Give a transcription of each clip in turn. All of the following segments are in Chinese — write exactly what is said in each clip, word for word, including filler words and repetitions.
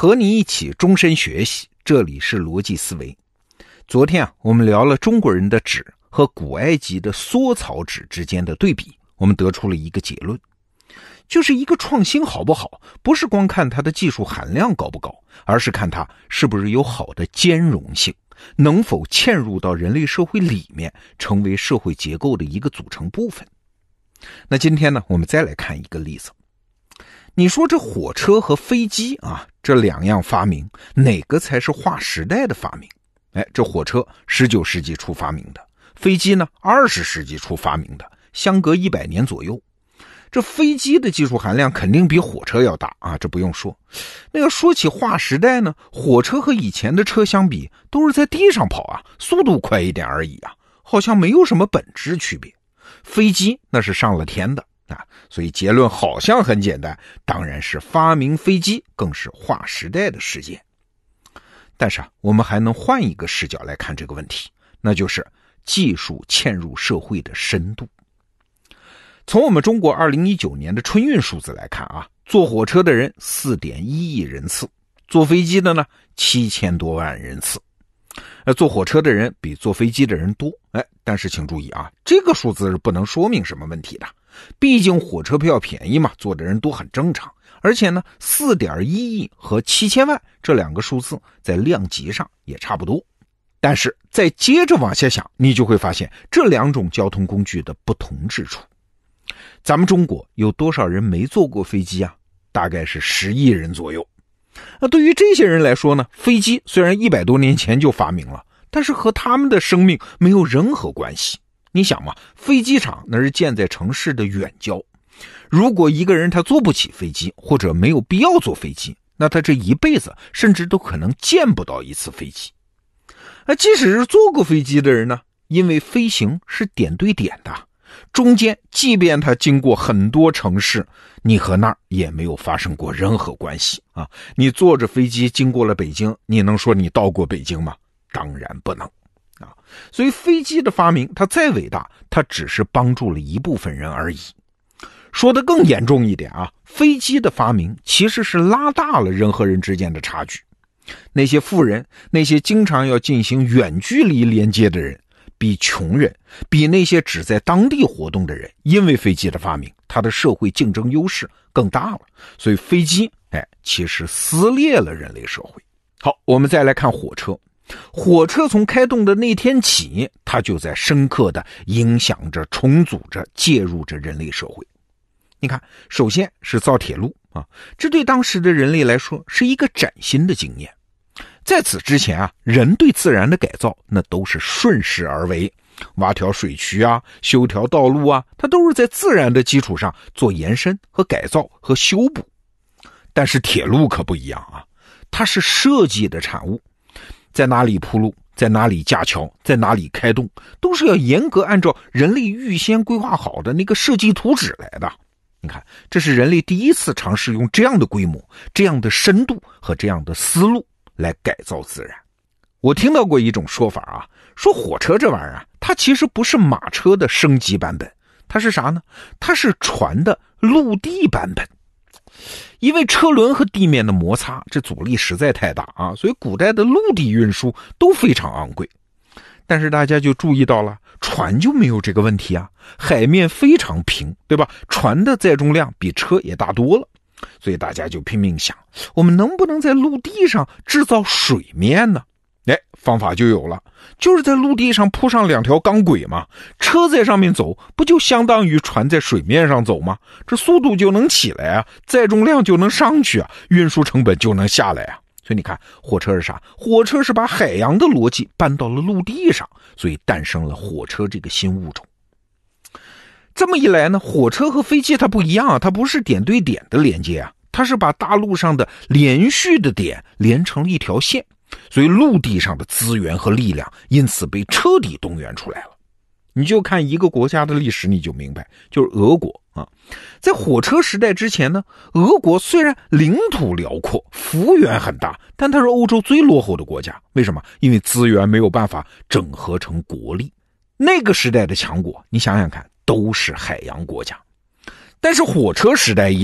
和你一起终身学习，这里是逻辑思维。昨天啊，我们聊了中国人的纸和古埃及的缩草纸之间的对比，我们得出了一个结论，就是一个创新好不好，不是光看它的技术含量高不高，而是看它是不是有好的兼容性，能否嵌入到人类社会里面，成为社会结构的一个组成部分。那今天呢，我们再来看一个例子。你说这火车和飞机啊，这两样发明，哪个才是划时代的发明？哎，这火车十九世纪初发明的，飞机呢二十世纪初发明的，相隔一百年左右。这飞机的技术含量肯定比火车要大啊，这不用说。那个说起划时代呢，火车和以前的车相比，都是在地上跑啊，速度快一点而已啊，好像没有什么本质区别。飞机那是上了天的啊，所以结论好像很简单，当然是发明飞机更是划时代的事件。但是啊，我们还能换一个视角来看这个问题，那就是技术嵌入社会的深度。从我们中国二零一九年的春运数字来看啊，坐火车的人 四点一亿人次，坐飞机的呢七千多万人次。呃，坐火车的人比坐飞机的人多，哎，但是请注意啊，这个数字是不能说明什么问题的。毕竟火车票便宜嘛，坐的人多很正常。而且呢 四点一亿和七千万这两个数字在量级上也差不多。但是再接着往下想，你就会发现这两种交通工具的不同之处。咱们中国有多少人没坐过飞机啊？大概是十亿人左右。那对于这些人来说呢，飞机虽然一百多年前就发明了，但是和他们的生命没有任何关系。你想嘛，飞机场那是建在城市的远郊，如果一个人他坐不起飞机，或者没有必要坐飞机，那他这一辈子甚至都可能见不到一次飞机。而即使是坐过飞机的人呢，因为飞行是点对点的，中间即便他经过很多城市，你和那儿也没有发生过任何关系啊！你坐着飞机经过了北京，你能说你到过北京吗？当然不能啊！所以飞机的发明它再伟大，它只是帮助了一部分人而已。说得更严重一点啊，飞机的发明其实是拉大了人和人之间的差距。那些富人，那些经常要进行远距离连接的人，比穷人，比那些只在当地活动的人，因为飞机的发明，他的社会竞争优势更大了。所以飞机哎，其实撕裂了人类社会。好，我们再来看火车。火车从开动的那天起，它就在深刻地影响着、重组着、介入着人类社会。你看，首先是造铁路啊，这对当时的人类来说是一个崭新的经验。在此之前啊，人对自然的改造那都是顺势而为，挖条水渠啊，修条道路啊，它都是在自然的基础上做延伸和改造和修补。但是铁路可不一样啊，它是设计的产物，在哪里铺路，在哪里架桥，在哪里开动，都是要严格按照人类预先规划好的那个设计图纸来的。你看，这是人类第一次尝试用这样的规模、这样的深度和这样的思路来改造自然。我听到过一种说法啊，说火车这玩意儿啊，它其实不是马车的升级版本，它是啥呢？它是船的陆地版本。因为车轮和地面的摩擦，这阻力实在太大啊，所以古代的陆地运输都非常昂贵。但是大家就注意到了，船就没有这个问题啊，海面非常平，对吧？船的载重量比车也大多了，所以大家就拼命想，我们能不能在陆地上制造水面呢？哎，方法就有了，就是在陆地上铺上两条钢轨嘛，车在上面走，不就相当于船在水面上走吗？这速度就能起来啊，载重量就能上去啊，运输成本就能下来啊。所以你看，火车是啥？火车是把海洋的逻辑搬到了陆地上，所以诞生了火车这个新物种。这么一来呢，火车和飞机它不一样啊，它不是点对点的连接啊，它是把大陆上的连续的点连成了一条线，所以陆地上的资源和力量因此被彻底动员出来了。你就看一个国家的历史你就明白，就是俄国啊。在火车时代之前呢，俄国虽然领土辽阔，幅员很大，但它是欧洲最落后的国家。为什么？因为资源没有办法整合成国力。那个时代的强国，你想想看，都是海洋国家。但是火车时代一来，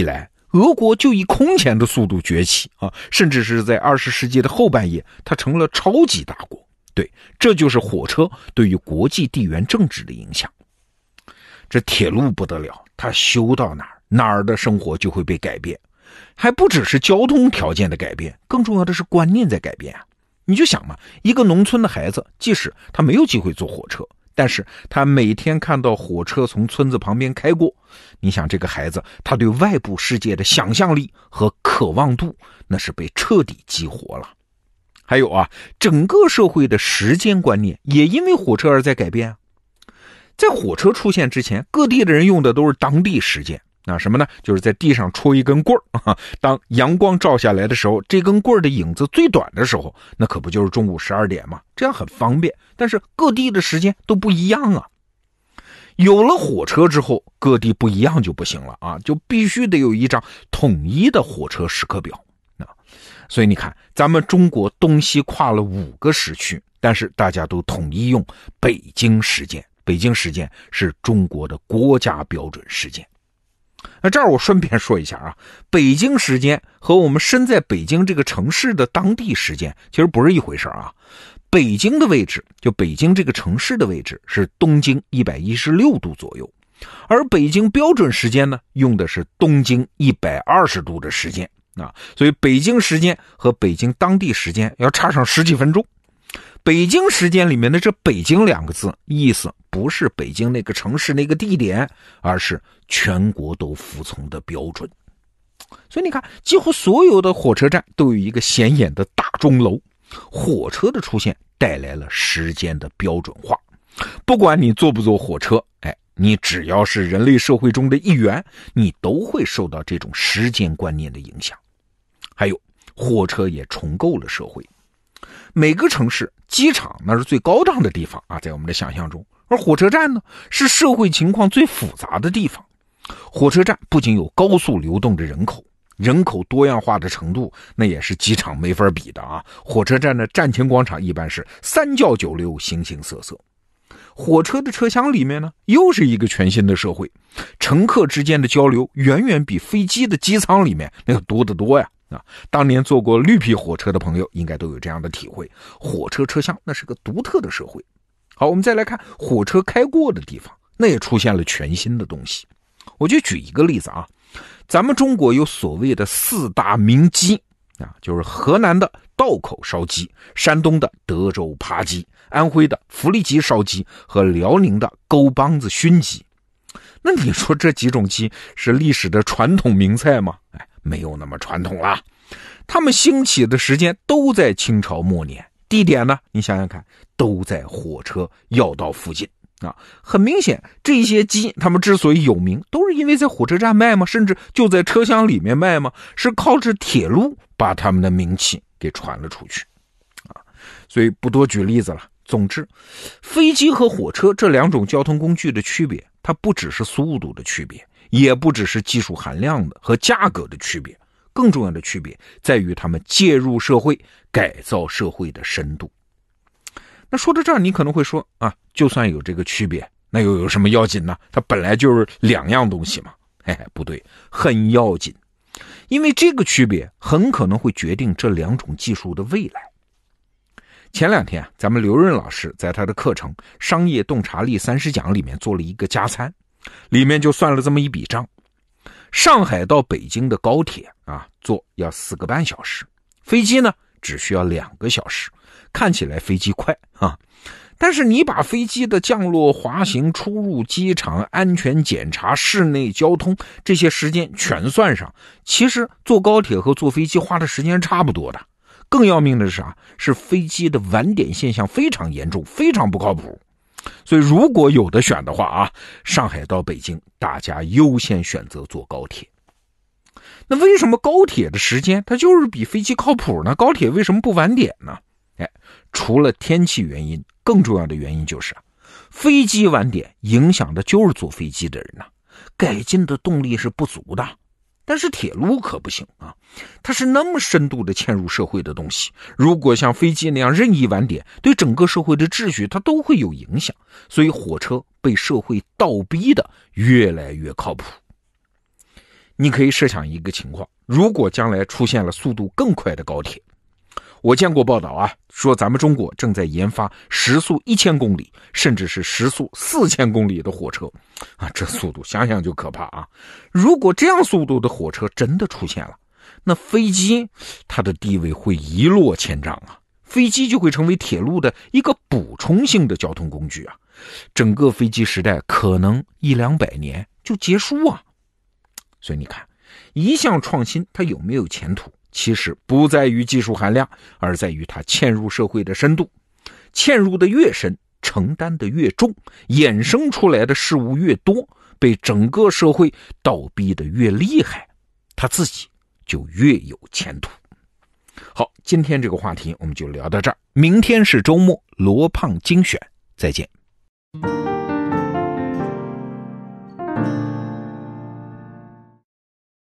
俄国就以空前的速度崛起啊，甚至是在二十世纪的后半叶，它成了超级大国。对，这就是火车对于国际地缘政治的影响。这铁路不得了，它修到哪儿，哪儿的生活就会被改变。还不只是交通条件的改变，更重要的是观念在改变啊。你就想嘛，一个农村的孩子，即使他没有机会坐火车，但是他每天看到火车从村子旁边开过，你想这个孩子他对外部世界的想象力和渴望度，那是被彻底激活了。还有啊，整个社会的时间观念也因为火车而在改变啊。在火车出现之前，各地的人用的都是当地时间。那什么呢？就是在地上戳一根棍儿，当阳光照下来的时候，这根棍儿的影子最短的时候，那可不就是中午十二点吗？这样很方便，但是各地的时间都不一样啊。有了火车之后，各地不一样就不行了啊，就必须得有一张统一的火车时刻表。那所以你看，咱们中国东西跨了五个时区，但是大家都统一用北京时间。北京时间是中国的国家标准时间。那这儿我顺便说一下啊，北京时间和我们身在北京这个城市的当地时间其实不是一回事啊。北京的位置，就北京这个城市的位置是东经一百一十六度左右，而北京标准时间呢，用的是东经一百二十度的时间啊，所以北京时间和北京当地时间要差上十几分钟。北京时间里面的这北京两个字，意思不是北京那个城市那个地点，而是全国都服从的标准。所以你看，几乎所有的火车站都有一个显眼的大钟楼，火车的出现带来了时间的标准化。不管你坐不坐火车，哎，你只要是人类社会中的一员，你都会受到这种时间观念的影响。还有，火车也重构了社会。每个城市机场那是最高档的地方啊，在我们的想象中，而火车站呢是社会情况最复杂的地方。火车站不仅有高速流动的人口，人口多样化的程度那也是机场没法比的啊。火车站的站前广场一般是三教九流，形形色色。火车的车厢里面呢，又是一个全新的社会，乘客之间的交流远远比飞机的机舱里面那个多得多呀。啊，当年坐过绿皮火车的朋友应该都有这样的体会，火车车厢那是个独特的社会。好，我们再来看火车开过的地方，那也出现了全新的东西。我就举一个例子啊，咱们中国有所谓的四大名鸡啊，就是河南的道口烧鸡，山东的德州扒鸡，安徽的福利鸡烧鸡和辽宁的沟帮子熏鸡。那你说这几种鸡是历史的传统名菜吗？哎，没有那么传统啦。他们兴起的时间都在清朝末年，地点呢，你想想看，都在火车要道附近啊。很明显，这些鸡他们之所以有名，都是因为在火车站卖吗？甚至就在车厢里面卖吗？是靠着铁路把他们的名气给传了出去啊。所以不多举例子了。总之，飞机和火车这两种交通工具的区别，它不只是速度的区别，也不只是技术含量的和价格的区别，更重要的区别在于他们介入社会、改造社会的深度。那说到这儿，你可能会说啊，就算有这个区别，那又有什么要紧呢？它本来就是两样东西嘛。嘿嘿，不对，很要紧，因为这个区别很可能会决定这两种技术的未来。前两天咱们刘润老师在他的课程《商业洞察力三十讲》里面做了一个加餐，里面就算了这么一笔账。上海到北京的高铁啊，坐要四个半小时，飞机呢只需要两个小时，看起来飞机快啊。但是你把飞机的降落、滑行、出入机场、安全检查、室内交通这些时间全算上，其实坐高铁和坐飞机花的时间差不多的。更要命的是啥？是飞机的晚点现象非常严重，非常不靠谱。所以如果有的选的话啊，上海到北京大家优先选择坐高铁。那为什么高铁的时间它就是比飞机靠谱呢？高铁为什么不晚点呢？哎，除了天气原因，更重要的原因就是啊，飞机晚点影响的就是坐飞机的人呐、啊，改进的动力是不足的。但是铁路可不行啊，它是那么深度的嵌入社会的东西，如果像飞机那样任意晚点，对整个社会的秩序它都会有影响，所以火车被社会倒逼的越来越靠谱。 你可以设想一个情况，如果将来出现了速度更快的高铁，我见过报道啊，说咱们中国正在研发时速一千公里，甚至是时速四千公里的火车啊，这速度想想就可怕啊！如果这样速度的火车真的出现了，那飞机它的地位会一落千丈啊，飞机就会成为铁路的一个补充性的交通工具啊，整个飞机时代可能一两百年就结束啊。所以你看，一项创新它有没有前途，其实不在于技术含量，而在于它嵌入社会的深度。嵌入的越深，承担的越重，衍生出来的事物越多，被整个社会倒逼的越厉害，它自己就越有前途。好，今天这个话题我们就聊到这儿，明天是周末，罗胖精选，再见。